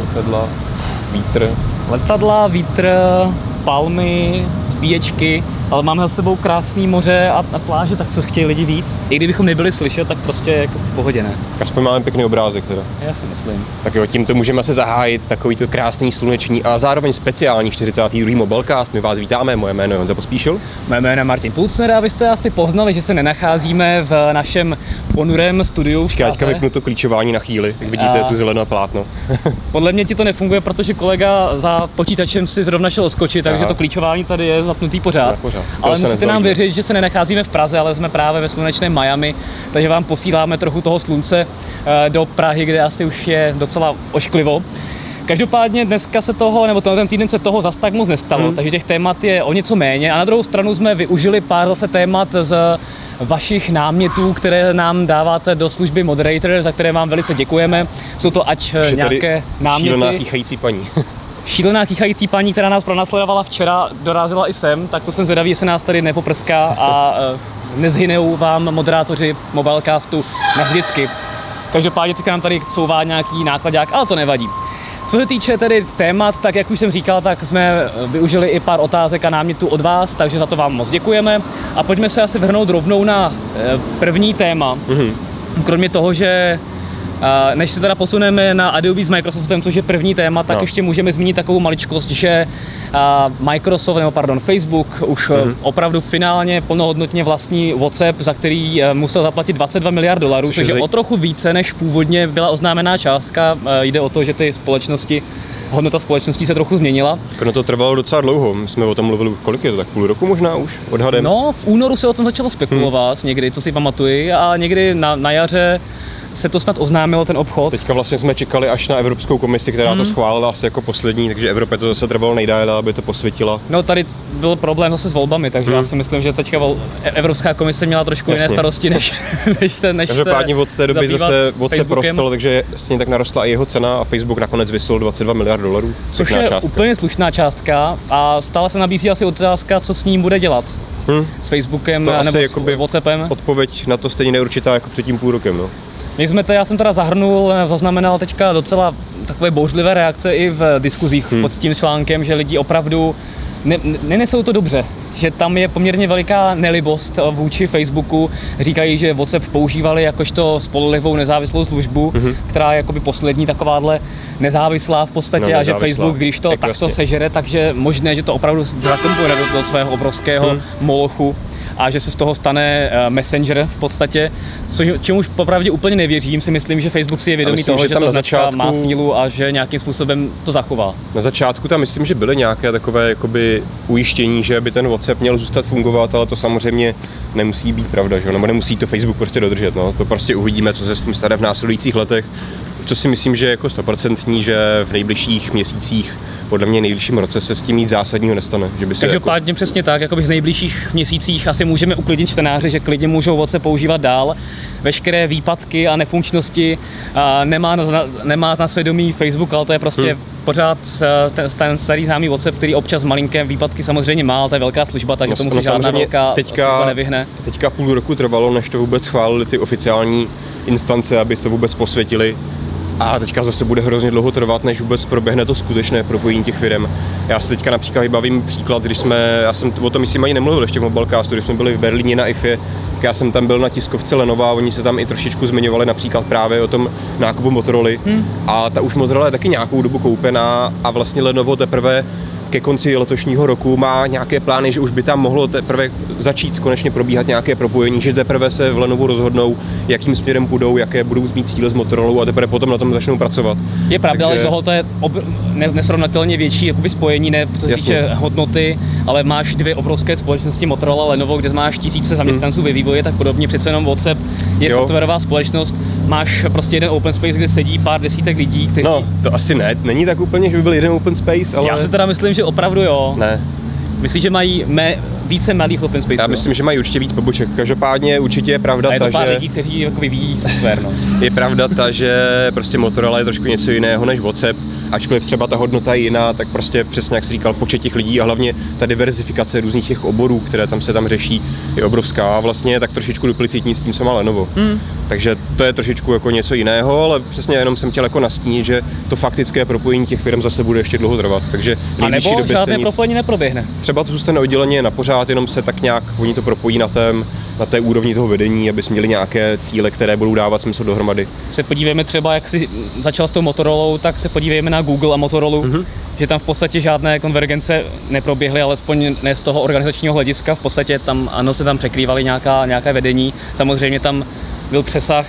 letadla, vítr, palmy, zbíječky, ale máme za sebou krásný moře a pláže, tak co chtějí lidi víc. I kdybychom nebyli slyšet, tak prostě jako v pohodě, ne? Aspoň máme pěkný obrázek teda. Já si myslím. Tak jo, tímto můžeme se zahájit takovýto krásný sluneční a zároveň speciální 42. Mobilecast. My vás vítáme, moje jméno je Honza Pospíšil. Moje jméno je Martin Půcner a vy jste asi poznali, že se nenacházíme v našem ponurém studiu v Praze. Teďka vypnu to klíčování na chvíli, tak vidíte tu zelené plátno. Podle mě ti to nefunguje, protože kolega za počítačem si zrovna šel skočit, takže to klíčování tady je zapnutý pořád. Ale musíte nám věřit, že se nenacházíme v Praze, ale jsme právě ve slunečném Miami, takže vám posíláme trochu toho slunce do Prahy, kde asi už je docela ošklivo. Každopádně dneska se toho, nebo ten týden se toho zas tak moc nestalo, takže těch témat je o něco méně a na druhou stranu jsme využili pár zase témat z vašich námětů, které nám dáváte do služby Moderator, za které vám velice děkujeme. Jsou to ať nějaké náměty. Šílená kýchající paní. Šílená kýchající paní, která nás pronásledovala včera, dorazila i sem, tak to jsem zvědavý, jestli nás tady nepoprská a nezhynou vám moderátoři Mobilecastu navždycky. Každopádně teďka nám tady couvá nějaký nákladák, ale to nevadí. Co se týče tedy témat, tak jak už jsem říkal, tak jsme využili i pár otázek a námětů od vás, takže za to vám moc děkujeme. A pojďme se asi vrhnout rovnou na první téma. Kromě toho, že než se teda posuneme na Adobe s Microsoftem, což je první téma, tak ještě můžeme zmínit takovou maličkost, že Facebook už opravdu finálně plnohodnotně vlastní WhatsApp, za který musel zaplatit $22 miliard, což je o trochu více, než původně byla oznámená částka. Jde o to, že ty společnosti, hodnota společností se trochu změnila. No to trvalo docela dlouho, my jsme o tom mluvili, kolik je to, tak půl roku možná už odhadem? No, v únoru se o tom začalo spekulovat někdy, co si pamatuji, a někdy na jaře se to snad oznámilo, ten obchod. Teďka vlastně jsme čekali až na Evropskou komisi, která to schválila asi jako poslední, takže Evropě to zase trvalo nejdéle, aby to posvětila. No tady byl problém zase s volbami, takže já si myslím, že teďka Evropská komise měla trošku jiné starosti, než se každopádně od té doby zase WhatsApp rostl, takže vlastně tak narostla i jeho cena a Facebook nakonec vyslal $22 miliard. Což je úplně slušná částka a stále se nabízí asi otázka, co s ním bude dělat. S Facebookem to nebo s WhatsAppem. Odpověď na to stejně neurčitá jako před tím půl rokem. No. Já jsem teda zaznamenal teďka docela takové bouřlivé reakce i v diskuzích pod tím článkem, že lidi opravdu nenesou to dobře, že tam je poměrně veliká nelibost vůči Facebooku. Říkají, že WhatsApp používali jakožto spolehlivou nezávislou službu, která je jakoby poslední takováhle nezávislá v podstatě, a že Facebook, když to takto sežere, takže možné, že to opravdu zakompuje do svého obrovského molochu a že se z toho stane Messenger v podstatě, čemuž popravdě úplně nevěřím. Si myslím, že Facebook si je vědomý toho, že ta značka má sílu a že nějakým způsobem to zachová. Na začátku tam myslím, že byly nějaké takové jakoby ujištění, že by ten WhatsApp měl zůstat fungovat, ale to samozřejmě nemusí být pravda, že? Nebo nemusí to Facebook prostě dodržet. No. To prostě uvidíme, co se s tím stane v následujících letech. Co si myslím, že je jako 100%, že v nejbližších měsících, podle mě nejbližším roce se s tím nic zásadního nestane. Každopádně přesně tak, jakoby v nejbližších měsících asi můžeme uklidnit čtenáře, že klidně můžou WhatsApp používat dál. Veškeré výpadky a nefunkčnosti nemá na svědomí Facebook, ale to je prostě pořád ten starý známý WhatsApp, který občas malinké výpadky samozřejmě má, ale to je velká služba, takže tomu se žádná velká služba nevyhne. Teďka půl roku trvalo, než to vůbec schválili ty oficiální instance, aby to vůbec posvětili. A teďka zase bude hrozně dlouho trvat, než vůbec proběhne to skutečné propojení těch firem. Já si teďka například vybavím příklad, já jsem o tom myslím ani nemluvil ještě v Mobilecastu, když jsme byli v Berlíně na IFE, tak já jsem tam byl na tiskovce Lenovo a oni se tam i trošičku zmiňovali například právě o tom nákupu Motorola. A ta už Motorola je taky nějakou dobu koupená a vlastně Lenovo teprve ke konci letošního roku má nějaké plány, že už by tam mohlo teprve začít konečně probíhat nějaké propojení, že teprve se v Lenovu rozhodnou, jakým směrem půjdou, jaké budou mít cíle s Motorolou a teprve potom na tom začnou pracovat. Je pravda, takže ale to je nesrovnatelně větší jakoby spojení, ne co se týče hodnoty, ale máš dvě obrovské společnosti Motorola a Lenovo, kde máš tisíce zaměstnanců ve vývoji, tak podobně přece jenom WhatsApp je softwarová společnost. Máš prostě jeden open space, kde sedí pár desítek lidí, kteří... No, to asi ne, není tak úplně, že by byl jeden open space, ale... Já si teda myslím, že opravdu jo. Ne. Myslíš, že mají více malých open space? Já myslím, že mají určitě víc poboček. Každopádně určitě je pravda je to pár lidí, kteří jako vyvíjí software, no. Je pravda ta, že prostě Motorola je trošku něco jiného než WhatsApp. ačkoliv třeba ta hodnota je jiná, tak prostě přesně jak jsi říkal, počet těch lidí a hlavně ta diverzifikace různých těch oborů, které tam se tam řeší, je obrovská a vlastně je tak trošičku duplicitní s tím, co má Lenovo. Takže to je trošičku jako něco jiného, ale přesně jenom jsem chtěl jako nastínit, že to faktické propojení těch firm zase bude ještě dlouho trvat. Takže a nebo žádné propojení neproběhne. Třeba to zůstane odděleně na pořád, jenom se tak nějak oni to propojí na té úrovni toho vedení, aby jsme měli nějaké cíle, které budou dávat smysl dohromady. Se podívejme třeba, jak jsi začal s tou Motorolou, tak se podívejme na Google a Motorola, že tam v podstatě žádné konvergence neproběhly, alespoň ne z toho organizačního hlediska. V podstatě tam, ano, se tam překrývaly nějaké vedení. Samozřejmě tam byl přesah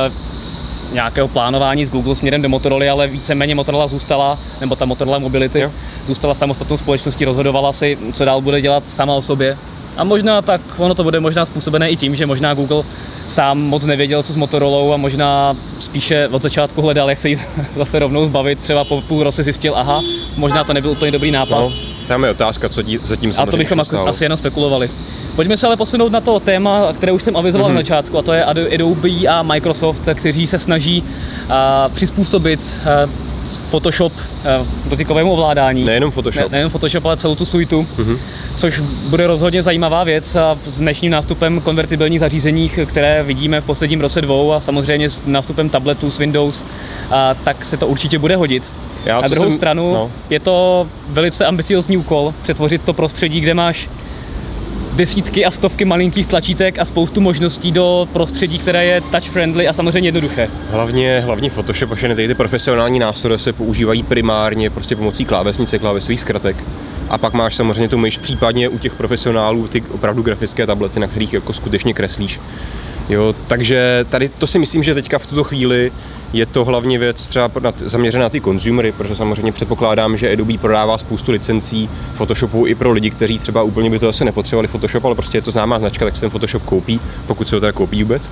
nějakého plánování z Google směrem do Motorola, ale víceméně Motorola zůstala, nebo ta Motorola Mobility zůstala samostatnou společností, rozhodovala si, co dál bude dělat sama o sobě. A možná tak, ono to bude možná způsobené i tím, že možná Google sám moc nevěděl, co s Motorolou a možná spíše od začátku hledal, jak se jí zase rovnou zbavit. Třeba po půl roce zjistil, aha, možná to nebyl úplně dobrý nápad. No, tam je otázka, co zatím a to bychom asi jenom spekulovali. Pojďme se ale posunout na to téma, které už jsem avizoval na začátku, a to je Adobe a Microsoft, kteří se snaží přizpůsobit Photoshop dotykovému ovládání. Nejenom Photoshop. Nejenom Photoshop, ale celou tu suitu, což bude rozhodně zajímavá věc a s dnešním nástupem konvertibilních zařízení, které vidíme v posledním roce 2 a samozřejmě s nástupem tabletů s Windows, tak se to určitě bude hodit. Na druhou stranu je to velice ambiciózní úkol přetvořit to prostředí, kde máš desítky a stovky malinkých tlačítek a spoustu možností do prostředí, které je touch-friendly a samozřejmě jednoduché. Hlavně Photoshop a všechny ty profesionální nástroje se používají primárně prostě pomocí klávesnice, klávesových zkratek. A pak máš samozřejmě tu myš, případně u těch profesionálů ty opravdu grafické tablety, na kterých jako skutečně kreslíš. Jo, takže tady to si myslím, že teďka v tuto chvíli je to hlavně věc třeba zaměřená na ty consumery, protože samozřejmě předpokládám, že Adobe prodává spoustu licencí Photoshopu i pro lidi, kteří třeba úplně by to asi nepotřebovali Photoshop, ale prostě je to známá značka, tak se ten Photoshop koupí, pokud se ho teda koupí vůbec.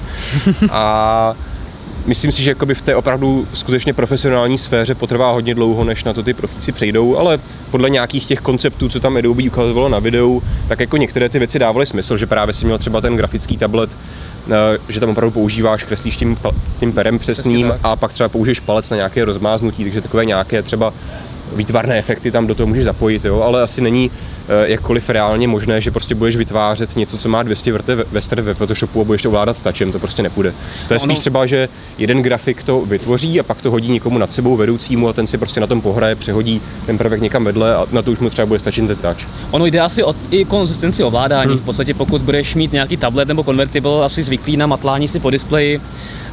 A myslím si, že jakoby v té opravdu skutečně profesionální sféře potrvá hodně dlouho, než na to ty profíci přejdou, ale podle nějakých těch konceptů, co tam Adobe ukazovalo na videu, tak jako některé ty věci dávaly smysl, že právě si měl třeba ten grafický tablet, že tam opravdu používáš, kreslíš tím perem přesným a pak třeba použiješ palec na nějaké rozmáznutí, takže takové nějaké třeba výtvarné efekty tam do toho můžeš zapojit, jo? Ale asi není jakkoliv reálně možné, že prostě budeš vytvářet něco, co má 200 vrstev ve Photoshopu a budeš to ovládat touchem, to prostě nepůjde. To je spíš třeba, že jeden grafik to vytvoří a pak to hodí někomu nad sebou vedoucímu a ten si prostě na tom pohraje, přehodí ten prvek někam vedle a na to už mu třeba bude stačit ten touch. Ono jde asi o i konzistenci ovládání, v podstatě pokud budeš mít nějaký tablet nebo convertible asi zvyklý na matlání si po displeji,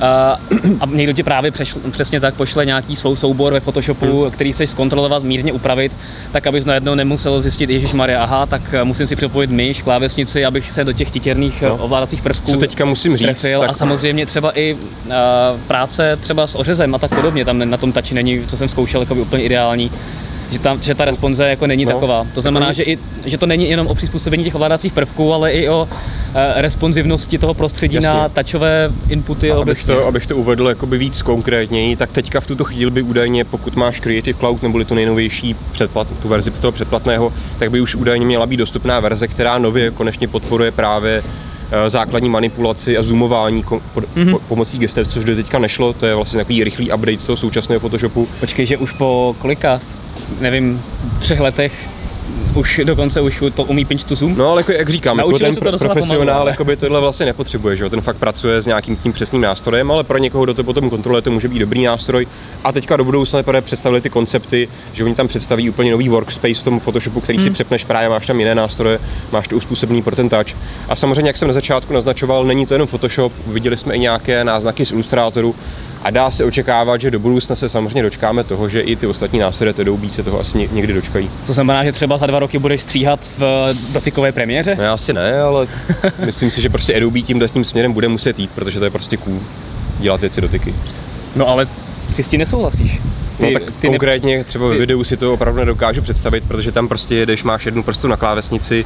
a někdo ti právě přesně tak pošle nějaký svou soubor ve Photoshopu, který chceš zkontrolovat, mírně upravit, tak abys najednou nemusel zjistit, ježišmarja, aha, tak musím si připojit myš, klávesnici, abych se do těch titěrných ovládacích prvků co teďka musím říct, tak... A samozřejmě třeba i práce třeba s ořezem a tak podobně, tam na tom touchi není, co jsem zkoušel, jako úplně ideální. Že ta responze jako není taková. To znamená, že to není jenom o přizpůsobení těch ovládacích prvků, ale i o responsivnosti toho prostředí na touchové inputy. Abych to uvedl jakoby víc konkrétněji, tak teďka v tuto chvíli by údajně, pokud máš Creative Cloud neboli tu nejnovější tu verzi toho předplatného, tak by už údajně měla být dostupná verze, která nově konečně podporuje právě základní manipulaci a zoomování pomocí gestev, což do teďka nešlo. To je vlastně takový rychlý update toho současného Photoshopu. Počkej, že už po kolika? Nevím, 3 letech už dokonce už to umí pinch to zoom. No ale jako, jak říkám, jako ten profesionál jakoby tohle vlastně nepotřebuje, že jo? Ten fakt pracuje s nějakým tím přesným nástrojem, ale pro někoho, kdo to potom kontroluje, to může být dobrý nástroj. A teďka do budoucna představili ty koncepty, že oni tam představí úplně nový workspace v tom Photoshopu, který si přepneš právě, máš tam jiné nástroje, máš to uspůsobený pro ten touch. A samozřejmě, jak jsem na začátku naznačoval, není to jenom Photoshop, viděli jsme i nějaké náznaky z Illustratoru. A dá se očekávat, že do budoucna se samozřejmě dočkáme toho, že i ty ostatní nástroje Adobe se toho asi někdy dočkají. To znamená, že třeba za 2 roky budeš stříhat v dotykové premiéře? No, asi ne, ale myslím si, že prostě Adobe tím směrem bude muset jít, protože to je prostě cool dělat věci dotyky. No ale si s tím nesouhlasíš? Konkrétně třeba ve videu si to opravdu nedokážu představit, protože tam prostě jedeš, máš jednu prstu na klávesnici,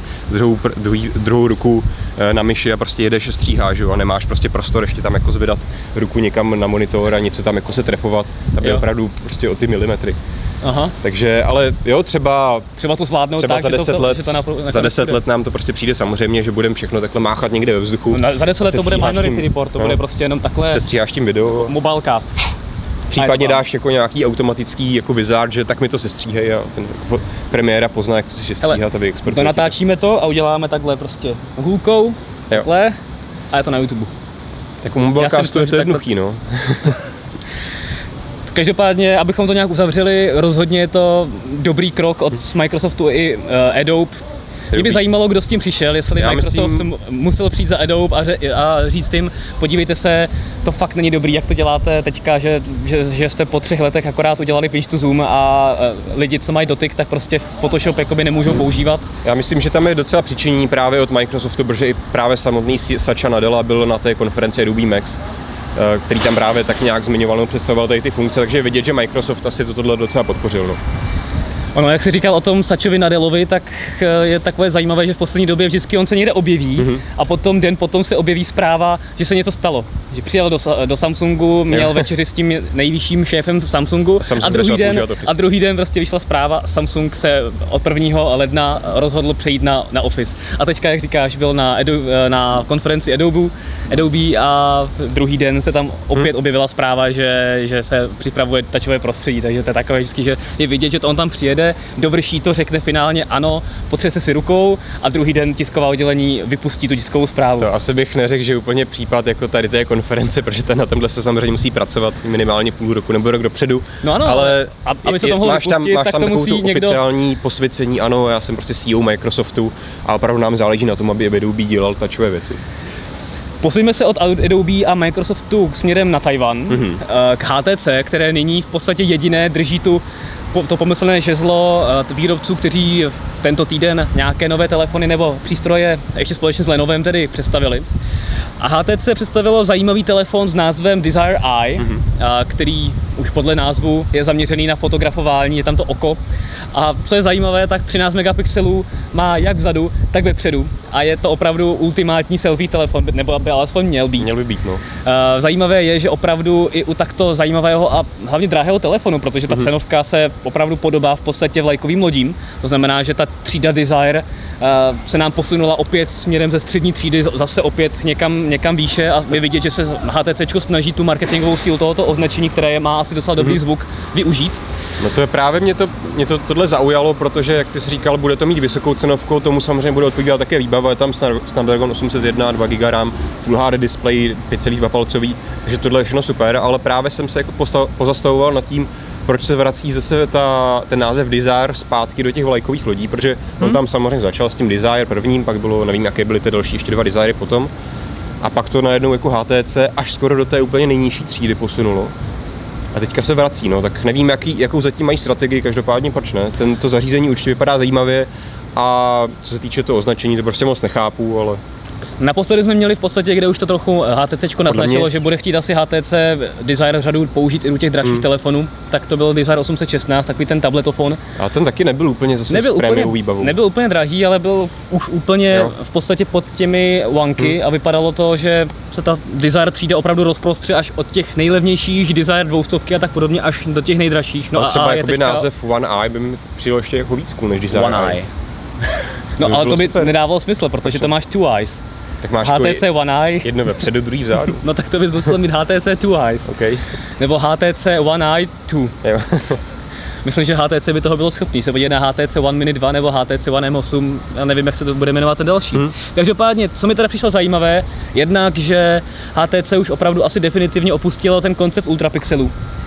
druhou ruku na myši a prostě jedeš a stříháš, jo, a nemáš prostě prostor ještě tam jako zvedat ruku někam na monitor a něco tam jako se trefovat, tam je opravdu prostě o ty milimetry. Aha. Takže, ale jo, třeba to zvládnout třeba tak, za 10 let nám to prostě přijde samozřejmě, že budeme všechno takhle máchat někde ve vzduchu. Za 10 let to bude Minority Report, to bude prostě jenom takhle. Se stříháš tím video. Mobilecast. Případně dáš jako nějaký automatický jako wizard, že tak mi to sestříhej a ten jako premiéra pozná, jak to si stříhat a vyexportuje. To natáčíme to a uděláme takhle prostě hůlkou, takhle a je to na YouTube. Tak u mobilecastu je to jednoduchý, no. Každopádně, abychom to nějak uzavřeli, rozhodně je to dobrý krok od Microsoftu i Adobe. Mě by zajímalo, kdo s tím přišel, jestli Microsoft musel přijít za Adobe a říct jim, podívejte se, to fakt není dobrý, jak to děláte teďka, že jste po 3 letech akorát udělali pinch to zoom a lidi, co mají dotyk, tak prostě Photoshop jakoby nemůžou používat. Já myslím, že tam je docela přičinění právě od Microsoftu, protože i právě samotný Satya Nadella byl na té konferenci Adobe Max, který tam právě tak nějak zmiňoval, no, představoval tady ty funkce, takže je vidět, že Microsoft asi tohle docela podpořil. No. Ono, jak jsi říkal o tom Satyovi Nadellovi, tak je takové zajímavé, že v poslední době vždycky on se někde objeví a potom den potom se objeví zpráva, že se něco stalo. Že přijel do Samsungu, měl večeři s tím nejvyšším šéfem Samsungu a druhý den prostě vyšla zpráva, Samsung se od 1. ledna rozhodl přejít na Office. A teďka, jak říkáš, byl na konferenci Adobe a druhý den se tam opět objevila zpráva, že se připravuje touchové prostředí, takže to je takové vždycky, že je vidět, že to on tam přijede, dovrší to, řekne finálně ano, potřese si rukou a druhý den tisková oddělení vypustí tu tiskovou zprávu. To asi bych neřekl, že úplně případ jako tady té konference, protože na tomhle se samozřejmě musí pracovat minimálně půl roku nebo rok dopředu. No ano, ale aby se to mohlo vypustit, máš tak tam to musí někdo... oficiální posvěcení, ano, já jsem prostě CEO Microsoftu a opravdu nám záleží na tom, aby Adobe dělal touchové věci. Posuňme se od Adobe a Microsoftu směrem na Tajvan, k HTC, které nyní v podstatě jediné drží to pomyslné žezlo výrobců, kteří tento týden nějaké nové telefony nebo přístroje ještě společně s Lenovem tedy představili. A HTC představilo zajímavý telefon s názvem Desire Eye, který už podle názvu je zaměřený na fotografování, je tam to oko. A co je zajímavé, tak 13 megapixelů má jak vzadu, tak vepředu. A je to opravdu ultimátní selfie telefon, nebo by alespoň měl být. Měl by být, no. Zajímavé je, že opravdu i u takto zajímavého a hlavně drahého telefonu, protože ta cenovka se opravdu podobá v podstatě vlajkovým lodím. To znamená, že ta třída Desire se nám posunula opět směrem ze střední třídy zase opět někam výše a je vidět, že se HTC snaží tu marketingovou sílu tohoto označení, které má asi docela dobrý zvuk, využít. No to je právě mě to tohle zaujalo, protože jak ty jsi říkal, bude to mít vysokou cenovku, tomu samozřejmě bude odpovídat také výbava, je tam Snapdragon 801, 2 GB RAM, Full HD display, 5,2 palcový, takže tohle je všechno super, ale právě jsem se jako pozastavoval nad tím, proč se vrací zase ten název Desire zpátky do těch vlajkových lodí, protože on tam samozřejmě začal s tím Desire prvním, pak bylo, nevím, jaké byly ty další ještě 2 Desiry potom, a pak to najednou jako HTC až skoro do té úplně nejnižší třídy posunulo. A teďka se vrací, no, tak nevím, jakou zatím mají strategii, každopádně proč ne. Tento zařízení určitě vypadá zajímavě a co se týče toho označení, to prostě moc nechápu, ale... Naposledy jsme měli v podstatě, kde už to trochu HTC naznačilo, že bude chtít asi HTC Desire řadu použít i u těch dražších telefonů, tak to byl Desire 816, takový ten tabletofon. A ten taky nebyl úplně zase s prémiovou výbavou. Nebyl úplně drahý, ale byl už úplně v podstatě pod těmi Onky a vypadalo to, že se ta Desire třída opravdu rozprostře až od těch nejlevnějších Desire 200 a tak podobně až do těch nejdražších. No a třeba jakoby název One Eye by mi přijel ještě jako víc cool než Desire One Eye. No ale to by nedávalo smysl, protože to máš Two Eyes. Tak máš HTC One Eye. Jedno vepředu, druhý vzadu. No tak to bys musel mít HTC Two Eyes. Okay. Nebo HTC One Eye 2. Myslím, že HTC by toho bylo schopný. Se podívat na HTC One Mini 2 nebo HTC One M8. Já nevím, jak se to bude jmenovat ten další. Každopádně, co mi teda přišlo zajímavé, jednak, že HTC už opravdu asi definitivně opustilo ten koncept ultrapixelů.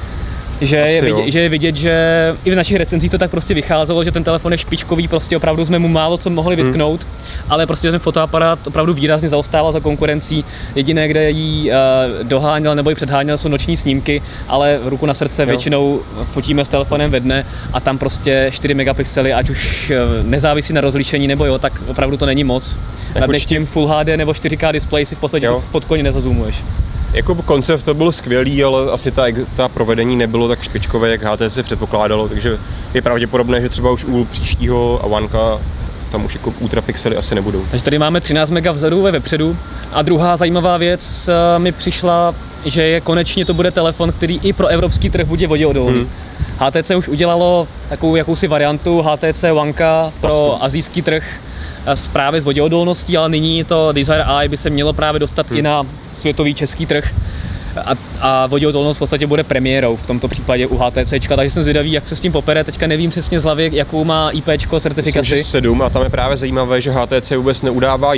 Že je vidět, že i v našich recenzích to tak prostě vycházelo, že ten telefon je špičkový, prostě opravdu jsme mu málo co mohli vytknout, ale prostě ten fotoaparát opravdu výrazně zaostával za konkurencí. Jediné, kde jí doháněl nebo ji předháněl, jsou noční snímky, ale ruku na srdce většinou fotíme s telefonem ve dne a tam prostě 4 megapixely, ať už nezávisí na rozlišení nebo jo, tak opravdu to není moc. Na dnešním Full HD nebo 4K display si v podstatě fotku ani nezazumuješ. Jako koncept to byl skvělý, ale asi ta provedení nebylo tak špičkové, jak HTC předpokládalo, takže je pravděpodobné, že třeba už u příštího Oneka tam už jako ultrapixely asi nebudou. Takže tady máme 13 mega vzadu vepředu a druhá zajímavá věc mi přišla, že konečně to bude telefon, který i pro evropský trh bude voděodolný. HTC už udělalo takovou jakousi variantu HTC Oneka pro asijský trh právě s voděodolností, ale nyní to Desire Eye by se mělo právě dostat i na světový český trh. A a voděodolnost v podstatě bude premiérou v tomto případě u HTCčka, takže jsem zvědavý, jak se s tím popere. Teďka nevím přesně z hlavy, jakou má IPčko certifikaci. Myslím, že 7 a tam je právě zajímavé, že HTC vůbec neudává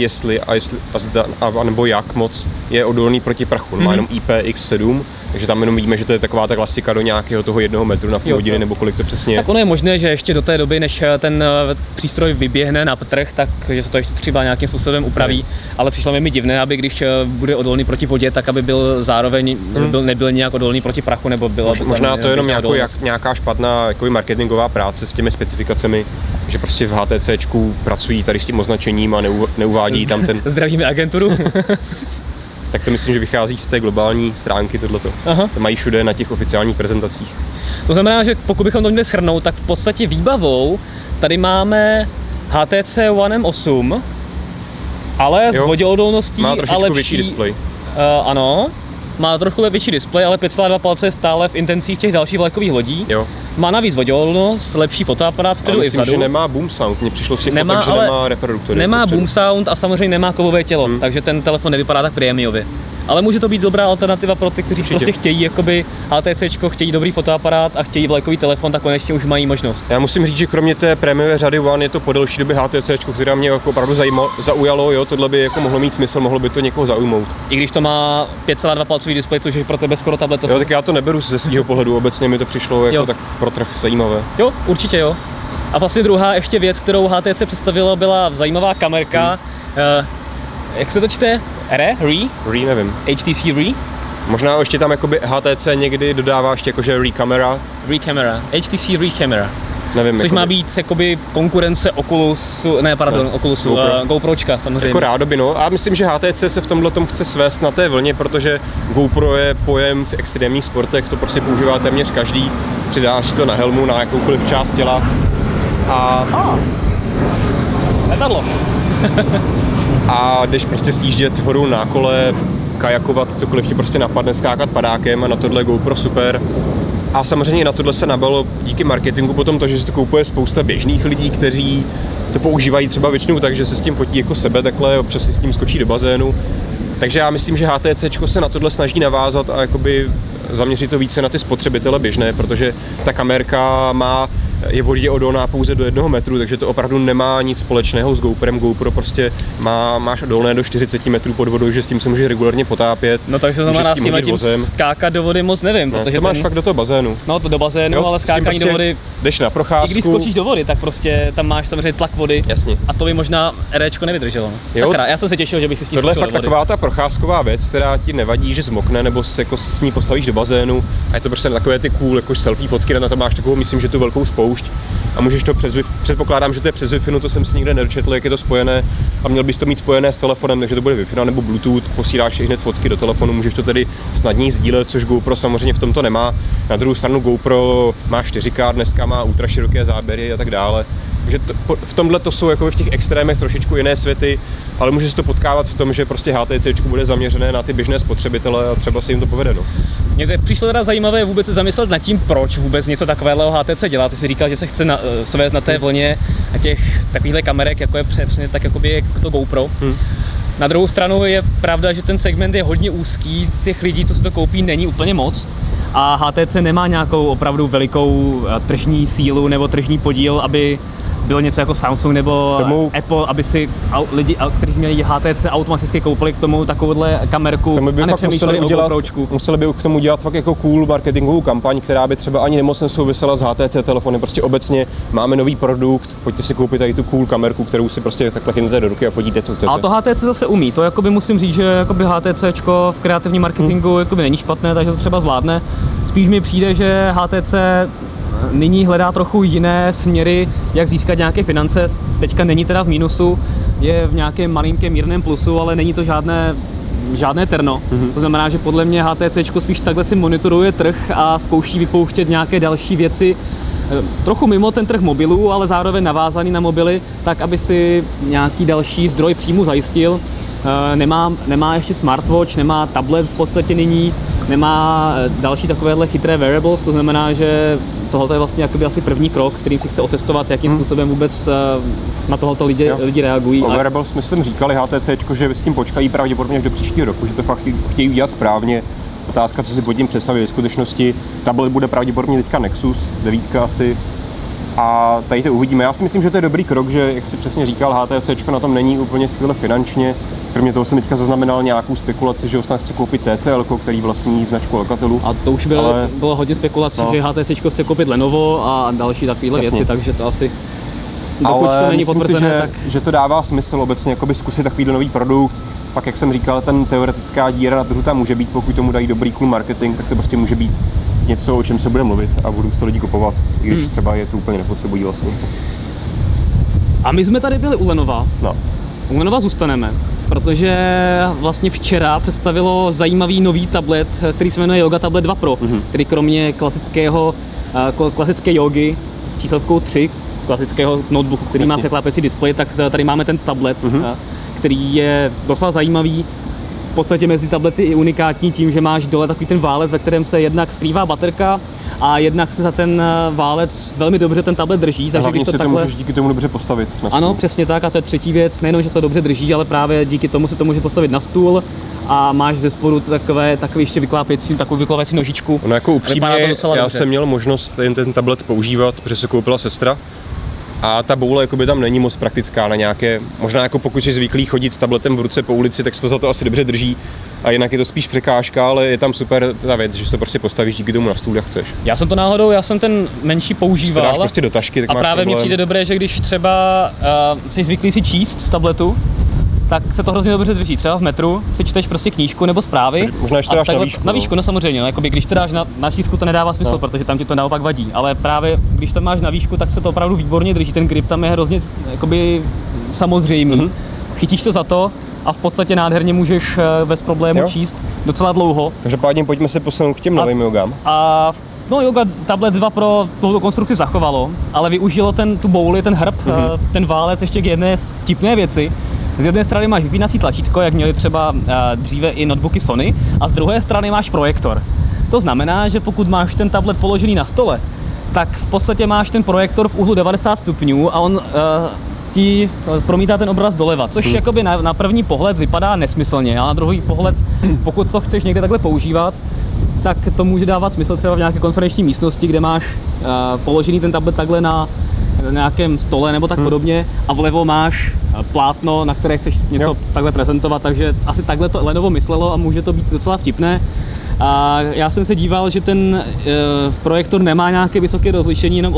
nebo jak moc je odolný proti prachu. Má jenom IPX7, takže tam jenom víme, že to je taková ta klasika do nějakého toho 1 metru na půl hodiny, nebo kolik to přesně je. Tak ono je možné, že ještě do té doby, než ten přístroj vyběhne na trh, tak že se to ještě třeba nějakým způsobem upraví, ale přišlo mi divné, aby když bude odolný proti vodě, tak aby byl zároveň nebyl nějak odolný proti prachu, nebo byla možná to je jenom nějaká špatná marketingová práce s těmi specifikacemi, že prostě v HTCčku pracují tady s tím označením a neuvádí tam ten... Zdravíme agenturu. Tak to myslím, že vychází z té globální stránky tohleto. To mají všude na těch oficiálních prezentacích. To znamená, že pokud bychom to měli shrnout, tak v podstatě výbavou tady máme HTC One M8, ale s voděodolností má trošičku větší displej. Ano, má trochu větší displej, ale 5,2 palce je stále v intencích těch dalších vlajkových lodí. Jo. Má navíc voděodolnost, lepší fotoaparát vpředu i vzadu. Myslím, že nemá boom sound, mně přišlo z těch fotek, že nemá reproduktory. Nemá boom sound a samozřejmě nemá kovové tělo, takže ten telefon nevypadá tak prémiově. Ale může to být dobrá alternativa pro ty, kteří prostě chtějí jakoby HTCčko, chtějí dobrý fotoaparát a chtějí vlajkový telefon, tak konečně už mají možnost. Já musím říct, že kromě té prémiové řady One je to po delší době HTCčko, která mě jako opravdu zaujalo, jo, tohle by jako mohlo mít smysl, mohlo by to někoho zaujmout. I když to má 5,2 palcový displej, což je pro tebe skoro tabletový. Jo, tak já to neberu ze svého pohledu, obecně mi to přišlo jako tak pro trh zajímavé. Jo, určitě jo. A vlastně druhá ještě věc, kterou HTC představila, byla zajímavá kamerka. Jak se to čte? Re? Nevím. HTC Re? Možná ještě tam jakoby HTC někdy dodává ještě jakože Re Camera. HTC Re Camera. Nevím, což má být jakoby konkurence Oculusu, GoPročka samozřejmě. Jako rádoby, no. A myslím, že HTC se v tomhle tom chce svést na té vlně, protože GoPro je pojem v extrémních sportech, to prostě používá téměř každý, přidáš to na helmu, na jakoukoliv část těla letadlo. A jdeš prostě sjíždět horu na kole, kajakovat, cokoliv ti prostě napadne, skákat padákem a na tohle GoPro super. A samozřejmě na tohle se nabalo díky marketingu potom to, že si to koupuje spousta běžných lidí, kteří to používají třeba většinou tak, že se s tím fotí jako sebe takhle, občas si s tím skočí do bazénu. Takže já myslím, že HTCčko se na tohle snaží navázat a jakoby zaměřit to více na ty spotřebitele běžné, protože ta kamerka je vodě odolná pouze do 1 metru, takže to opravdu nemá nic společného s GoPrem. GoPro prostě máš odolné do 40 metrů pod vodou, že s tím se může regulárně potápět. No takže to znamená s tím skákat do vody moc nevím, protože to máš fakt do toho bazénu. No to do bazénu, jo, ale skákání prostě do vody. Jdeš na procházku. I když skočíš do vody, tak prostě tam máš samozřejmě tlak vody. Jasně. A to by možná Rčko nevydrželo. Sakra, já jsem se těšil, že bych si s tím tohle je fakt taková ta procházková věc, která ti nevadí, že zmokne, nebo se jako s ní postavíš do bazénu. A je to prostě takové ty cool jako selfie fotky, na to máš takovou, myslím, že tu velkou spoušť. A můžeš to předpokládám, že to je přes Wi-Fi, no to jsem si nikde nedočetl, jak je to spojené a měl bys to mít spojené s telefonem, takže to bude Wi-Fi nebo Bluetooth, posíláš hned fotky do telefonu, můžeš to tedy snadněji sdílet, což GoPro samozřejmě v tomto nemá. Na druhou stranu GoPro má 4K, dneska má ultra široké záběry a tak dále. Takže v tomhle to jsou jako v těch extrémech trošičku jiné světy, ale může se to potkávat v tom, že prostě HTC bude zaměřené na ty běžné spotřebitele a třeba se jim to povede. No. Mně to přišlo teda zajímavé vůbec se zamyslet nad tím, proč vůbec něco takového HTC dělá. Ty si říkal, že se chce svést na té vlně těch takovýchhle kamerek, jako je přesně tak jakoby to GoPro. Na druhou stranu je pravda, že ten segment je hodně úzký, těch lidí, co se to koupí, není úplně moc. A HTC nemá nějakou opravdu velikou tržní sílu nebo tržní podíl, aby bylo něco jako Samsung nebo Apple, aby si lidi, kteří měli HTC, automaticky koupili k tomu takovouhle kamerku a nepřemýšleli o GoPročku. Museli by k tomu dělat fakt jako cool marketingovou kampaň, která by třeba ani nemoc nesouvisela s HTC telefony. Prostě obecně máme nový produkt, pojďte si koupit tady tu cool kamerku, kterou si prostě takhle chytnete do ruky a fotíte, co chcete. Ale to HTC zase umí, to jakoby musím říct, že jakoby HTCčko v kreativním marketingu jakoby není špatné, takže to třeba zvládne. Spíš mi přijde, že HTC nyní hledá trochu jiné směry, jak získat nějaké finance. Teďka není teda v mínusu, je v nějakém malinkém mírném plusu, ale není to žádné terno. To znamená, že podle mě HTCčko spíš takhle si monitoruje trh a zkouší vypouštět nějaké další věci, trochu mimo ten trh mobilů, ale zároveň navázaný na mobily, tak aby si nějaký další zdroj příjmu zajistil. Nemá ještě smartwatch, nemá tablet v podstatě nyní, nemá další takovéhle chytré wearables, to znamená, že tohle je vlastně asi první krok, kterým si chce otestovat, jakým způsobem vůbec na tohoto lidi reagují. O wearables myslím říkali HTCčko, že s tím počkají pravděpodobně až do příštího roku, že to fakt chtějí udělat správně. Otázka, co si pod tím představit ve skutečnosti. Tablet bude pravděpodobně teďka Nexus 9 asi. A tady to uvidíme. Já si myslím, že to je dobrý krok, že, jak si přesně říkal, HTC na tom není úplně skvěle finančně. Kromě toho jsem teďka zaznamenal nějakou spekulaci, že snad chce koupit TCL, který vlastní značku Alcatelu. A to už bylo hodně spekulací, že HTC chce koupit Lenovo a další takovéhle věci, takže to asi, dokud to není potvrzené, že to dává smysl obecně zkusit takovýhle nový produkt. Pak, jak jsem říkal, ten teoretická díra na trhu tam může být, pokud tomu dají dobrý cool marketing, tak to prostě může být něco, o čem se bude mluvit a budou to lidi kupovat, i když třeba je to úplně nepotřebují vlastně. A my jsme tady byli u Lenova. No. U Lenova zůstaneme, protože vlastně včera představilo zajímavý nový tablet, který se jmenuje Yoga Tablet 2 Pro, který kromě klasické jógy s číslovkou 3, klasického notebooku, který má překlápěcí displej, tak tady máme ten tablet, který je docela zajímavý. V podstatě mezi tablety i unikátní tím, že máš dole takový ten válec, ve kterém se jednak skrývá baterka a jednak se za ten válec velmi dobře ten tablet drží. Takže když to takhle... to můžeš díky tomu dobře postavit na stůl. Ano, přesně tak, a to je třetí věc, nejenom, že to dobře drží, ale právě díky tomu se to může postavit na stůl a máš ze spodu takový ještě takovou vyklápěcí nožičku. No jako upřímně, já jsem měl možnost ten tablet používat, protože se koupila sestra. A ta boule jakoby tam není moc praktická na nějaké, možná jako pokud jsi zvyklý chodit s tabletem v ruce po ulici, tak se to za to asi dobře drží. A jinak je to spíš překážka, ale je tam super ta věc, že si to prostě postavíš díky tomu na stůl, jak chceš. Já jsem ten menší používal. Dáš prostě do tašky, tak a máš právě problém. Mně přijde dobré, že když třeba jsi zvyklý si číst z tabletu, tak se to hrozně dobře drží. Třeba v metru si čteš prostě knížku nebo zprávy. Možná ještě dáš na výšku. Na výšku, no samozřejmě. No, jakoby, když to dáš na šířku, to nedává smysl, protože tam ti to naopak vadí. Ale právě když to máš na výšku, tak se to opravdu výborně drží. Ten grip tam je hrozně jakoby samozřejmý. Chytíš to za to a v podstatě nádherně můžeš bez problému číst docela dlouho. Každopádně pojďme se posunout k těm novým jogám. No, Yoga Tablet 2 Pro tu konstrukci zachovalo, ale využilo tu bouli, ten hrb, ten válec ještě k jedné vtipné věci. Z jedné strany máš vypínací tlačítko, jak měli třeba dříve i notebooky Sony, a z druhé strany máš projektor. To znamená, že pokud máš ten tablet položený na stole, tak v podstatě máš ten projektor v úhlu 90 stupňů a on ti promítá ten obraz doleva, což jakoby na první pohled vypadá nesmyslně, ale na druhý pohled, pokud to chceš někde takhle používat, tak to může dávat smysl třeba v nějaké konferenční místnosti, kde máš položený ten tablet takhle na nějakém stole nebo tak podobně a vlevo máš plátno, na které chceš něco takhle prezentovat, takže asi takhle to Lenovo myslelo a může to být docela vtipné. A já jsem se díval, že ten projektor nemá nějaké vysoké rozlišení, jenom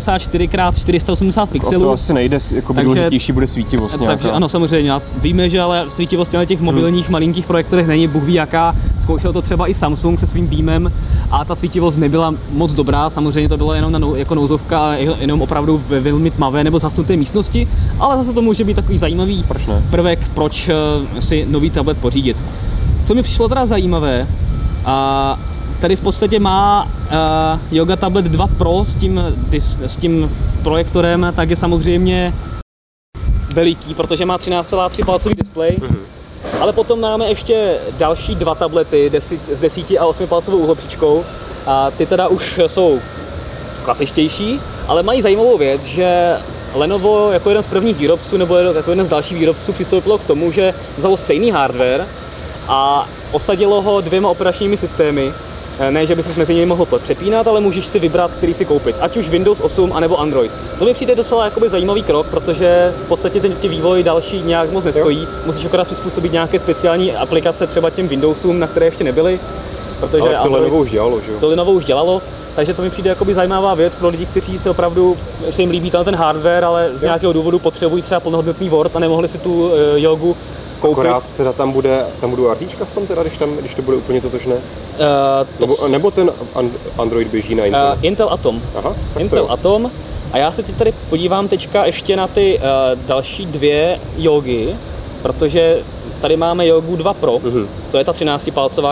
854x480 pixelů. To asi nejde, jako důležitější bude svítivost nějaká. Takže ano, samozřejmě. Víme, že ale svítivost na těch mobilních malinkých projektorech není bůh ví jaká. Zkoušel to třeba i Samsung se svým Beamem a ta svítivost nebyla moc dobrá. Samozřejmě to bylo jenom jako nouzovka a jenom opravdu ve velmi tmavé nebo zasnuté místnosti, ale zase to může být takový zajímavý prvek, proč si nový tablet pořídit. Co mi přišlo teda zajímavé, a tady v podstatě má Yoga Tablet 2 Pro s tím projektorem, tak je samozřejmě veliký, protože má 13,3 palcový displej. Ale potom máme ještě další dva tablety s 10 a 8 palcovou úhlopříčkou. A ty teda už jsou klasičtější, ale mají zajímavou věc, že Lenovo jako jeden z prvních výrobců nebo jako jeden z dalších výrobců přistoupilo k tomu, že vzalo stejný hardware a osadilo ho 2 operačními systémy. Ne, že by si mezi nimi mohl přepínat, ale můžeš si vybrat, který si koupit, ať už Windows 8 anebo Android. To mi přijde docela jakoby zajímavý krok, protože v podstatě ten vývoj další nějak moc nestojí. Musíš akorát přizpůsobit nějaké speciální aplikace třeba těm Windowsům, na které ještě nebyly. Protože ale to Lenovo už dělalo, že jo? To Lenovo už dělalo, takže to mi přijde jakoby zajímavá věc pro lidi, kteří se opravdu se jim líbí ten hardware, ale z nějakého důvodu potřebují třeba plnohodnotný Word a nemohli si tu jogu koupit. Akorát teda tam budou RTčka v tom teda, když to bude úplně totožné? Nebo ten Android běží na Intel? Intel Atom. Aha, Intel Atom. A já se tady podívám teďka ještě na ty další 2 jogy, protože tady máme Yogu 2 Pro, co je ta 13-palcová,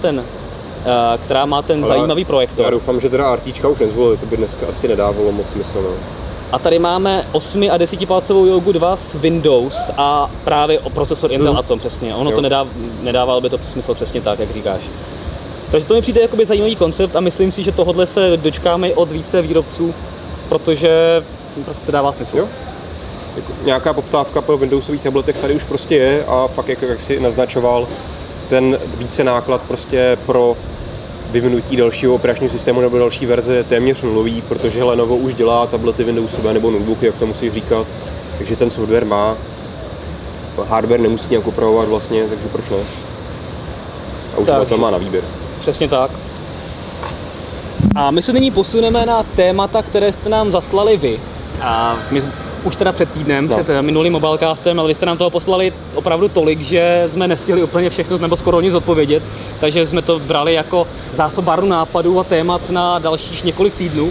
která má ten zajímavý projektor. Já doufám, že teda RTčka už nezvolili, to by dneska asi nedávalo moc smysl. No. A tady máme 8 a 10-palcovou Yogu 2 s Windows a právě o procesor Intel Atom přesně. Ono to nedávalo by to smysl přesně tak, jak říkáš. Takže to mi přijde jakoby zajímavý koncept a myslím si, že tohle se dočkáme od více výrobců, protože prostě to dává smysl. Jo. Jako nějaká poptávka po Windowsových tabletech tady už prostě je a fakt jak si naznačoval, ten více náklad prostě pro vyvinutí dalšího operačního systému nebo další verze je téměř nulový, protože Lenovo už dělá tablety Windowsové nebo notebooky, jak to musí říkat, takže ten software má, hardware nemusí nějak upravovat vlastně, takže proč ne? A uživatel má na výběr. Přesně tak. A my se nyní posuneme na témata, které jste nám zaslali vy. A my už teda před týdnem, před minulým Mobilecastem, ale vy jste nám toho poslali opravdu tolik, že jsme nestihli úplně všechno nebo skoro nic odpovědět, takže jsme to brali jako zásobárnu nápadů a témat na dalších několik týdnů.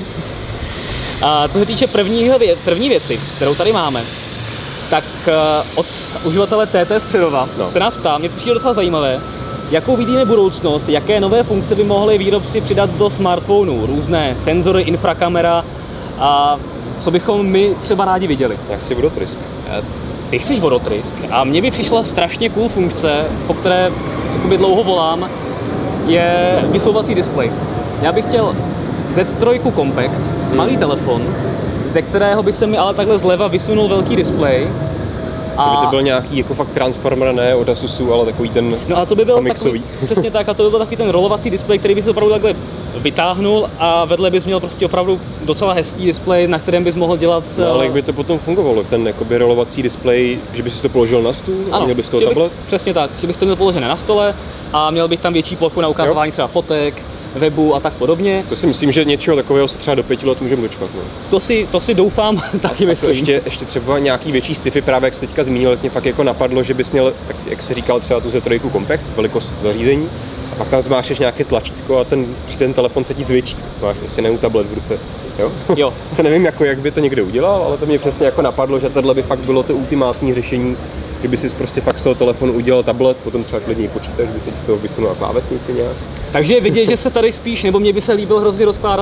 A co se týče první věci, kterou tady máme, tak od uživatele TT Přerova se nás ptá, mě to přijde docela zajímavé, jakou vidíme budoucnost, jaké nové funkce by mohli výrobci přidat do smartphonů, různé senzory, infrakamera a co bychom my třeba rádi viděli. Já chci vodotrysk. Ty chceš vodotrysk a mně by přišla strašně cool funkce, po které jakoby dlouho volám, je vysouvací displej. Já bych chtěl Z3 Compact, malý telefon, ze kterého by se mi ale takhle zleva vysunul velký displej. To by to byl nějaký jako fakt Transformer, ne od Asusu, ale takový ten no a to by byl komiksový. Přesně tak, a to by byl takový ten rolovací displej, který by se opravdu takhle vytáhnul a vedle bys měl prostě opravdu docela hezký displej, na kterém bys mohl dělat... No, ale jak by to potom fungovalo, ten jakoby rolovací displej, že bys si to položil na stůl, ano, měl bys toho tablet? Přesně tak, že bych to měl položené na stole a měl bych tam větší plochu na ukazování třeba fotek, webu a tak podobně. To si myslím, že něčeho takového se třeba do 5 let můžeme dočkat. No. To si doufám taky myslím. Ještě třeba nějaký větší sci-fi, právě jak jsi teďka zmínil, mě fakt jako napadlo, že bys měl, tak jak jsi říkal, třeba tu Z3 Compact, velikost zařízení, a pak tam zmášeš nějaké tlačítko a ten telefon se ti zvětší. Máš prostě nejen tablet v ruce. Jo. To nevím, jako, jak by to někdo udělal, ale to mě přesně jako napadlo, že tohle by fakt bylo to ultimátní řešení, kdyby si prostě fakt z toho telefonu udělal tablet, potom třeba klidně počítač, by se z toho vysunula klávesnici nějak. Takže je vidět, že se tady spíš, nebo mně by se líbil hrozně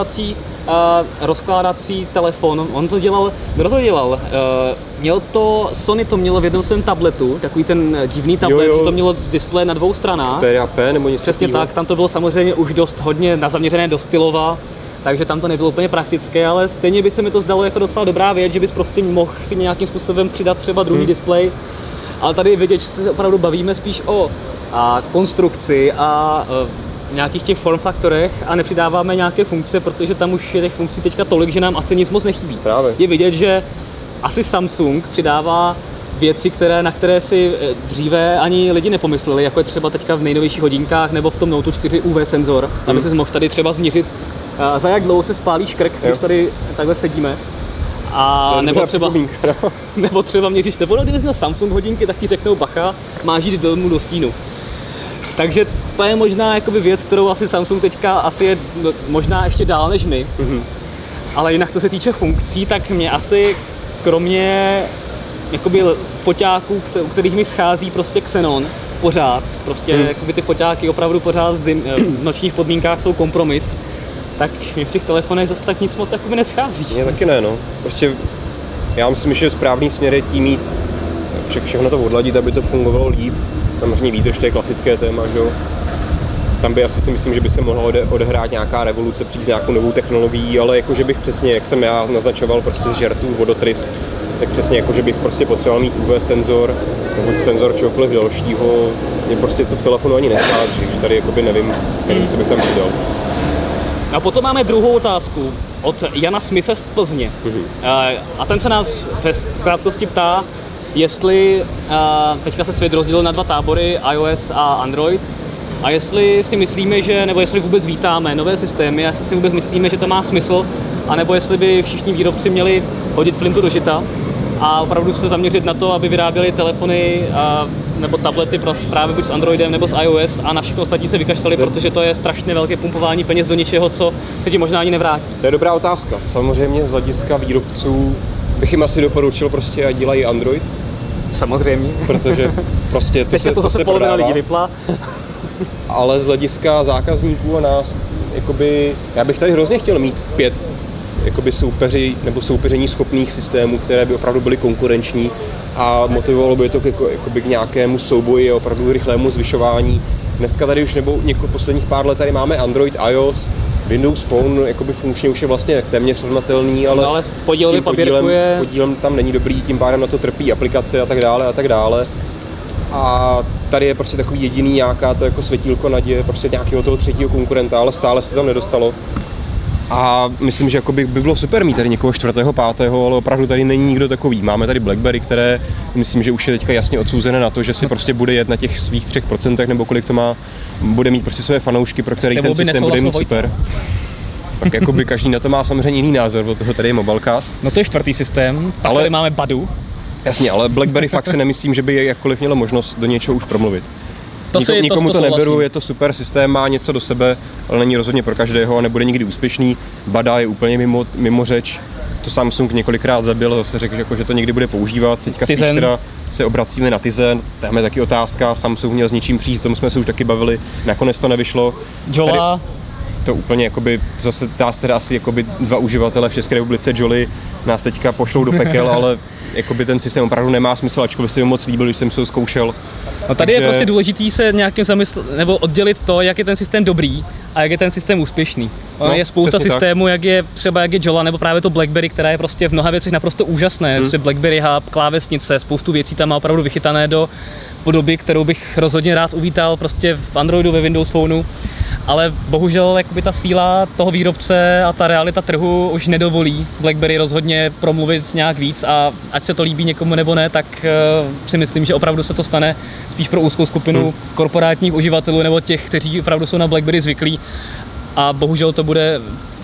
rozkládací telefon. On to dělal, kdo to dělal? Sony to mělo v jednom svém tabletu, takový ten divný tablet, že to mělo displej na dvou stranách. Xperia P nebo něco. Přesně tak, tam to bylo samozřejmě už dost hodně zaměřené do stylova, takže tam to nebylo úplně praktické, ale stejně by se mi to zdalo jako docela dobrá věc, že bys prostě mohl si nějakým způsobem přidat třeba druhý displej. Ale tady je vidět, že se opravdu bavíme spíš o konstrukci a nějakých těch formfaktorech a nepřidáváme nějaké funkce, protože tam už je těch funkcí teďka tolik, že nám asi nic moc nechybí. Právě. Je vidět, že asi Samsung přidává věci, na které si dříve ani lidi nepomysleli, jako je třeba teďka v nejnovějších hodinkách nebo v tom Note 4 UV senzor, aby si mohl tady třeba změřit, za jak dlouho se spálí škrk, když tady takhle sedíme. A nebo třeba měříš teplo, když jsi na Samsung hodinky, tak ti řeknou bacha, máš jít domů do stínu. Takže to je možná jakoby věc, kterou asi Samsung teďka asi je možná ještě dál než my. Ale jinak co se týče funkcí, tak mě asi kromě jakoby foťáků, u kterých mi schází prostě Xenon pořád, prostě jakoby ty foťáky opravdu pořád v nočních podmínkách jsou kompromis, tak mě v těch telefonech zase tak nic moc jakoby neschází. Mně taky ne, no. Prostě já myslím, že správný směr je tím mít všechno to odladit, aby to fungovalo líp. Samozřejmě výdrž, to je klasické téma, že jo. Tam by asi si myslím, že by se mohla odehrát nějaká revoluce, přijít s nějakou novou technologií, ale jakože bych přesně, jak jsem já naznačoval, prostě z žertů vodotrysk, tak přesně jakože bych prostě potřeboval mít UV senzor, nebo senzor čehokoliv dalšího, mě prostě to v telefonu ani neschází, takže tady jakoby nevím, co bych tam přidal. A potom máme druhou otázku od Jana Smithe z Plzně. A ten se nás v krátkosti ptá, jestli teďka se svět rozdělil na dva tábory, iOS a Android, a jestli si myslíme, nebo jestli vůbec vítáme nové systémy, jestli si vůbec myslíme, že to má smysl, anebo jestli by všichni výrobci měli hodit flintu do žita a opravdu se zaměřit na to, aby vyráběli telefony nebo tablety právě buď s Androidem nebo s iOS a na všechno ostatní se vykašlali, protože to je strašně velké pumpování peněz do něčeho, co se ti možná ani nevrátí. To je dobrá otázka. Samozřejmě z hlediska výrobců bych jim asi doporučil prostě, ať dělají Android. Samozřejmě. Protože prostě to zase se polovina prodává. lidí vypla. Ale z hlediska zákazníků a nás, jakoby, já bych tady hrozně chtěl mít 5 jakoby soupeření schopných systémů, které by opravdu byly konkurenční a motivovalo by to k nějakému souboji a opravdu rychlému zvyšování. Dneska tady už posledních pár let tady máme Android, iOS, Windows Phone jakoby funkčně už je vlastně téměř srovnatelný, ale podílem tam není dobrý, tím pádem na to trpí aplikace a tak dále. a tady je prostě takový jediný nějaká to jako světílko naděje prostě nějakého toho třetího konkurenta, ale stále se tam nedostalo. A myslím, že by bylo super mít tady někoho 4., 5., ale opravdu tady není nikdo takový. Máme tady BlackBerry, které myslím, že už je teďka jasně odsouzené na to, že si prostě bude jet na těch svých 3%, nebo kolik to má, bude mít prostě své fanoušky, pro který ten systém bude mít super. Tak jakoby každý na to má samozřejmě jiný názor, od toho tady je Mobilecast. No to je 4. systém, tak ale tady máme Badu. Jasně, ale BlackBerry fakt si nemyslím, že by jakkoliv mělo možnost do něčeho už promluvit. Nikomu to neberu, je to super systém, má něco do sebe, ale není rozhodně pro každého a nebude nikdy úspěšný. Bada je úplně mimo řeč, to Samsung několikrát zabil, zase řekl, že to někdy bude používat. Teďka spíš teda se obracíme na Tizen, tam je taky otázka, Samsung měl s něčím přijít, o tom jsme se už taky bavili, nakonec to nevyšlo. Jolla. To úplně zase nás teda asi 2 uživatelé v České republice Jolly nás teďka pošlou do pekel, ale ten systém opravdu nemá smysl, ačkoliv si ho moc líbil, když jsem se ho zkoušel. No tady je prostě důležitý se nějakým nebo oddělit to, jak je ten systém dobrý a jak je ten systém úspěšný. Je spousta systémů, jak je Jolla nebo právě to BlackBerry, která je prostě v mnoha věcech naprosto úžasné. Prostě BlackBerry Hub, klávesnice, spoustu věcí tam má opravdu vychytané do podoby, kterou bych rozhodně rád uvítal prostě v Androidu, ve Windows Phoneu. Ale bohužel ta síla toho výrobce a ta realita trhu už nedovolí BlackBerry rozhodně promluvit nějak víc a ať se to líbí někomu nebo ne, tak si myslím, že opravdu se to stane spíš pro úzkou skupinu korporátních uživatelů nebo těch, kteří opravdu jsou na BlackBerry zvyklí a bohužel to bude,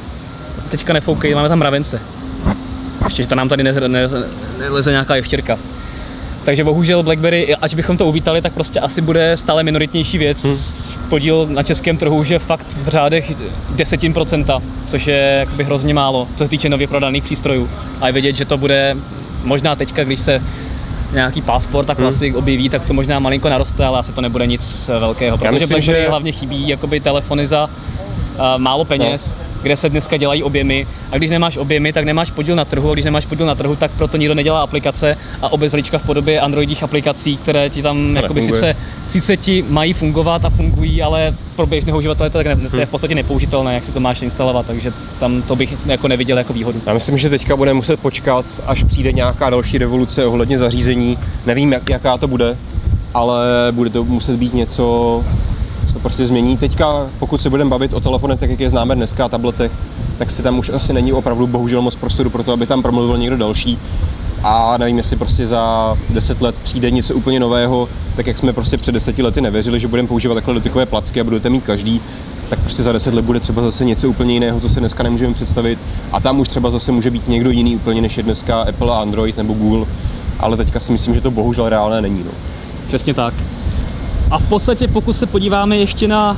teďka nefoukej, máme tam mravence. Ještě, že to nám tady neleze nějaká ještěrka. Takže bohužel BlackBerry, ať bychom to uvítali, tak prostě asi bude stále minoritnější věc. Podíl na českém trhu už je fakt v řádech 10%, což je hrozně málo, co se týče nově prodaných přístrojů. A je vidět, že to bude možná teďka, když se nějaký Passport a Classic objeví, tak to možná malinko naroste, ale asi to nebude nic velkého, protože BlackBerry hlavně chybí telefony za málo peněz, kde se dneska dělají objemy a když nemáš objemy, tak nemáš podíl na trhu a když nemáš podíl na trhu, tak proto nikdo nedělá aplikace a obezlička v podobě androidních aplikací, které ti tam sice ti mají fungovat a fungují, ale pro běžného uživatele to je v podstatě nepoužitelné, jak si to máš instalovat, takže tam to bych neviděl jako výhodu. Já myslím, že teďka budeme muset počkat, až přijde nějaká další revoluce ohledně zařízení, nevím jaká to bude, ale bude to muset být něco, co prostě změní. Teďka, pokud se budeme bavit o telefonech, tak jak je známe dneska, tabletech, tak si tam už asi není opravdu bohužel moc prostoru pro to, aby tam promluvil někdo další. A nevím, jestli prostě za 10 let přijde něco úplně nového, tak jak jsme prostě před 10 lety nevěřili, že budeme používat takhle dotykové placky a budete mít každý, tak prostě za 10 let bude třeba zase něco úplně jiného, co si dneska nemůžeme představit. A tam už třeba zase může být někdo jiný úplně, než je dneska Apple a Android nebo Google. Ale teďka si myslím, že to bohužel reálné není. No. Přesně tak. A v podstatě, pokud se podíváme ještě na,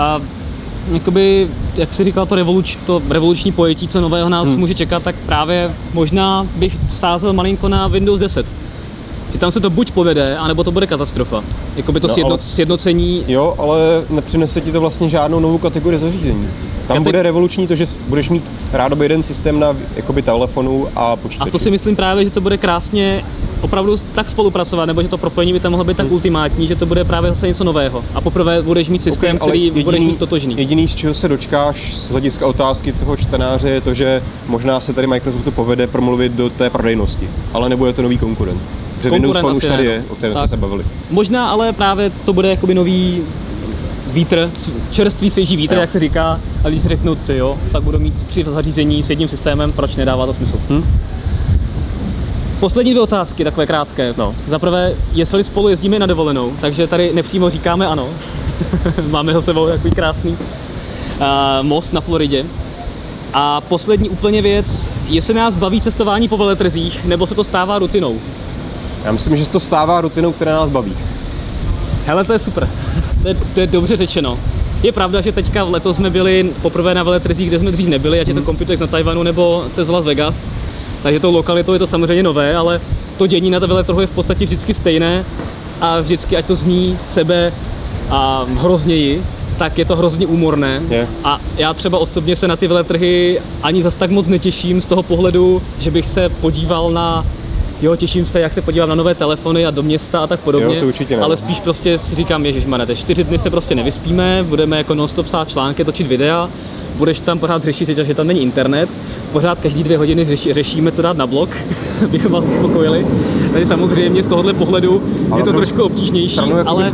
jak jsi říkal, to revoluční pojetí, co nového nás může čekat, tak právě možná bych sázel malinko na Windows 10. Že tam se to buď povede, anebo to bude katastrofa. Sjednocení. Jo, ale nepřinese ti to vlastně žádnou novou kategorii zařízení. Tam bude revoluční to, že budeš mít rádoby jeden systém na telefonu a počítači. A to si myslím právě, že to bude krásně opravdu tak spolupracovat, nebo že to propojení by tam mohlo být tak ultimátní, že to bude právě zase něco nového. A poprvé budeš mít systém, který budeš mít totožný. Jediný, z čeho se dočkáš z hlediska otázky toho čtenáře, je to, že možná se tady Microsoftu povede promluvit do té prodejnosti, ale nebude to nový konkurent. Protože Windows Phone už tady je, o kterém jsme se bavili. Možná, ale právě to bude nový vítr, čerstvý svěží vítr, jak se říká, a když si řeknou, tak budu mít 3 zařízení s jedním systémem, proč nedává to smysl? Poslední 2 otázky, takové krátké. Za prvé, jestli spolu jezdíme na dovolenou, takže tady nepřímo říkáme ano. Máme za sebou takový krásný most na Floridě. A poslední úplně věc, jestli nás baví cestování po veletrzích, nebo se to stává rutinou? Já myslím, že se to stává rutinou, která nás baví. Hele, to je super. To je dobře řečeno. Je pravda, že teďka letos jsme byli poprvé na veletrzích, kde jsme dřív nebyli, ať je to Computex na Tajvanu nebo cez Las Vegas. Takže tou lokalitou je to samozřejmě nové, ale to dění na té veletrhu je v podstatě vždycky stejné a vždycky, ať to zní sebe a hrozněji, tak je to hrozně úmorné. A já třeba osobně se na ty veletrhy ani zas tak moc netěším z toho pohledu, že bych se podíval na těším se, jak se podívám na nové telefony a do města a tak podobně, ale spíš prostě si říkám, ježišmarja, 4 dny se prostě nevyspíme, budeme non-stop psát články, točit videa budeš tam pořád řešit, že tam není internet, pořád každý 2 hodiny řešíme, co dát na blog, abychom vás uspokojili. Takže samozřejmě z tohohle pohledu je to trošku obtížnější, ale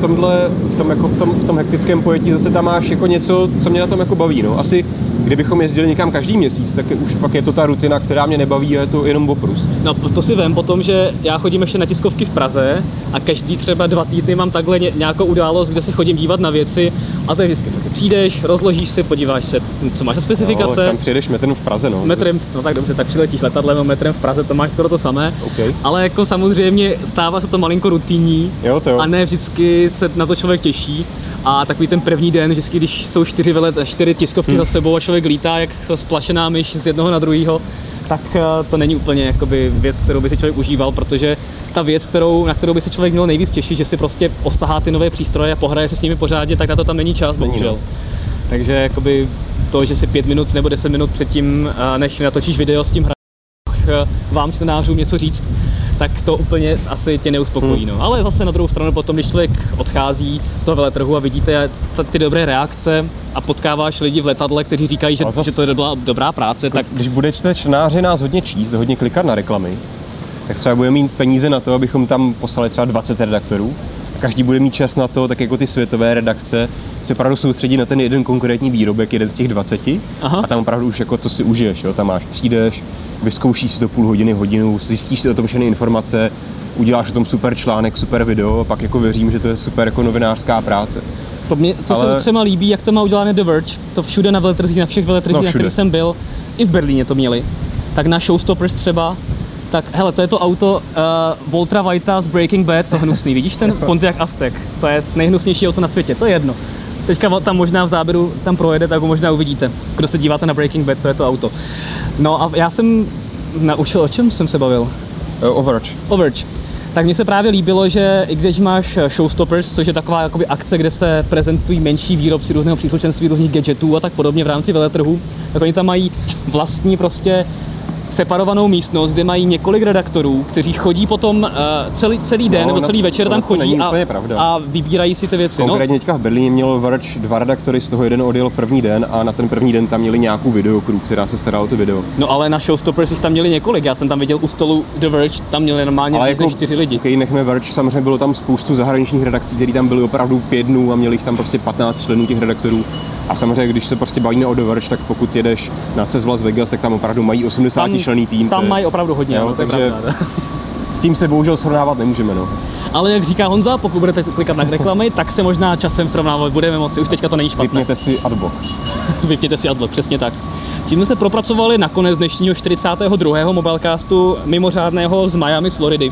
v tom hektickém pojetí zase tam máš jako něco, co mě na tom jako baví. No. Asi kdybychom jezdili někam každý měsíc, tak už pak je to ta rutina, která mě nebaví a je to jenom oprus. No to si vem potom, že já chodím ještě na tiskovky v Praze a každý třeba 2 týdny mám takhle nějakou událost, kde se chodím dívat na věci a to je vždycky. Přijdeš, rozložíš si, podíváš se, co máš za specifikace. No, tam přijedeš metrem v Praze, no. Metrem, no tak dobře, tak přiletíš letadlem a metrem v Praze, to máš skoro to samé. Okay. Ale jako samozřejmě stává se to malinko rutinní a ne vždycky se na to člověk těší. A takový ten první den, vždycky, když jsou 4 tiskovky za sebou a člověk lítá jak splašená myš z jednoho na druhýho, tak to není úplně jakoby věc, kterou by si člověk užíval, protože ta věc, na kterou by se člověk měl nejvíc těšit, že si prostě ostahá ty nové přístroje a pohraje se s nimi pořádně, tak na to tam není čas, bohužel. Takže jakoby to, že si 5 minut nebo 10 minut předtím, než natočíš video s tím hraním, vám čtenářům něco říct, tak to úplně asi tě neuspokojí. No. Ale zase na druhou stranu potom, když člověk odchází z toho veletrhu a vidíte ty dobré reakce a potkáváš lidi v letadle, kteří říkají, že to je dobrá práce, tak... Když budete čtenáři nás hodně číst, hodně klikat na reklamy, tak třeba budeme mít peníze na to, abychom tam poslali třeba 20 redaktorů. Každý bude mít čas na to, tak jako ty světové redakce, se opravdu soustředí na ten jeden konkrétní výrobek, jeden z těch 20. Aha. A tam opravdu už jako to si užiješ, jo? Tam přijdeš, vyzkoušíš si to půl hodiny, hodinu, zjistíš si o tom všechny informace, uděláš o tom super článek, super video a pak jako věřím, že to je super jako novinářská práce. To se třeba líbí, jak to má udělané The Verge, to všude na veletrzích, na všech veletrzích, na kterých jsem byl, i v Berlíně to měli, tak na Showstoppers třeba. Tak hele, to je to auto Waltera Whitea z Breaking Bad, co hnusný, vidíš ten Pontiac Aztek, to je nejhnusnější auto na světě, to je jedno. Teďka tam možná v záběru tam projede, tak ho možná uvidíte, kdo se díváte na Breaking Bad, to je to auto. No a já jsem naučil, o čem jsem se bavil? O Verge. Tak mně se právě líbilo, že i když máš Showstoppers, což je taková jakoby akce, kde se prezentují menší výrobci různého příslušenství, různých gadgetů a tak podobně v rámci veletrhu, tak oni tam mají vlastní prostě separovanou místnost, kde mají několik redaktorů, kteří chodí potom celý den nebo celý večer tam chodí a vybírají si ty věci. Konkrétně teďka v Berlíně měl Verge 2 redaktory, z toho jeden odjel první den a na ten první den tam měli nějakou videokruh, která se starala o to video. No ale na Showstoppers jich tam měli několik, já jsem tam viděl u stolu The Verge, tam měli normálně jako 4 lidi. Okay, nechme Verge, samozřejmě bylo tam spoustu zahraničních redakcí, které tam byly opravdu 5 dnů a měli jich tam prostě 15 členů těch redaktorů. A samozřejmě, když se prostě bavíme o The Verge, tak pokud jedeš na CES v Las Vegas, tak tam opravdu mají 80členný tým. Tam mají opravdu hodně, jo, takže s tím se bohužel srovnávat nemůžeme. No. Ale jak říká Honza, pokud budete klikat na reklamy, tak se možná časem srovnávat budeme moci, už teďka to není špatné. Vypněte si adblock. Vypněte si adblock, přesně tak. Tím jsme se propracovali na konec dnešního 42. Mobilecastu mimořádného z Miami z Floridy.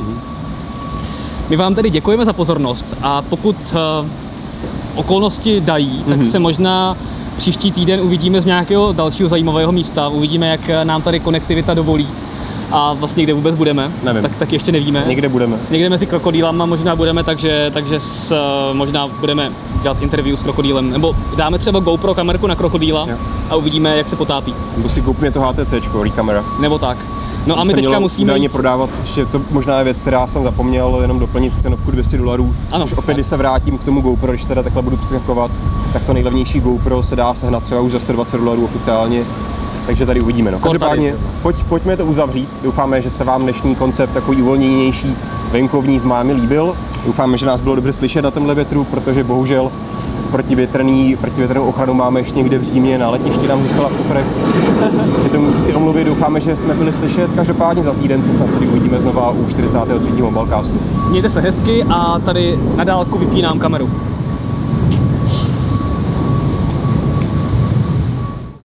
My vám tedy děkujeme za pozornost a pokud okolnosti dají, tak se možná příští týden uvidíme z nějakého dalšího zajímavého místa. Uvidíme, jak nám tady konektivita dovolí a vlastně kde vůbec budeme. Tak ještě nevíme. Někde budeme. Někde mezi krokodýlama možná budeme, takže možná budeme dělat interview s krokodýlem. Nebo dáme třeba GoPro kamerku na krokodýla a uvidíme, jak se potápí. Nebo si koupíme to HTCčko, Rekamera. Nebo tak. No a my teďka musíme jít prodávat, ještě to možná je věc, která jsem zapomněl, jenom doplnit cenovku $200. Ano. Už opět, když se vrátím k tomu GoPro, když teda takhle budu přeskakovat, tak to nejlevnější GoPro se dá sehnat třeba už za $120 oficiálně. Takže tady uvidíme. No. Každopádně pojďme to uzavřít. Doufáme, že se vám dnešní koncept takový uvolněnější venkovní z Miami líbil. Doufáme, že nás bylo dobře slyšet na tomhle větru, protože bohužel protivětrnou ochranu máme ještě někde v Římě, na letišti nám zůstala v kufrech. Že to musíte omluvit, doufáme, že jsme byli slyšet. Každopádně za týden se snad tady uvidíme znova u 43. Mobilecastu. Mějte se hezky a tady na dálku vypínám kameru.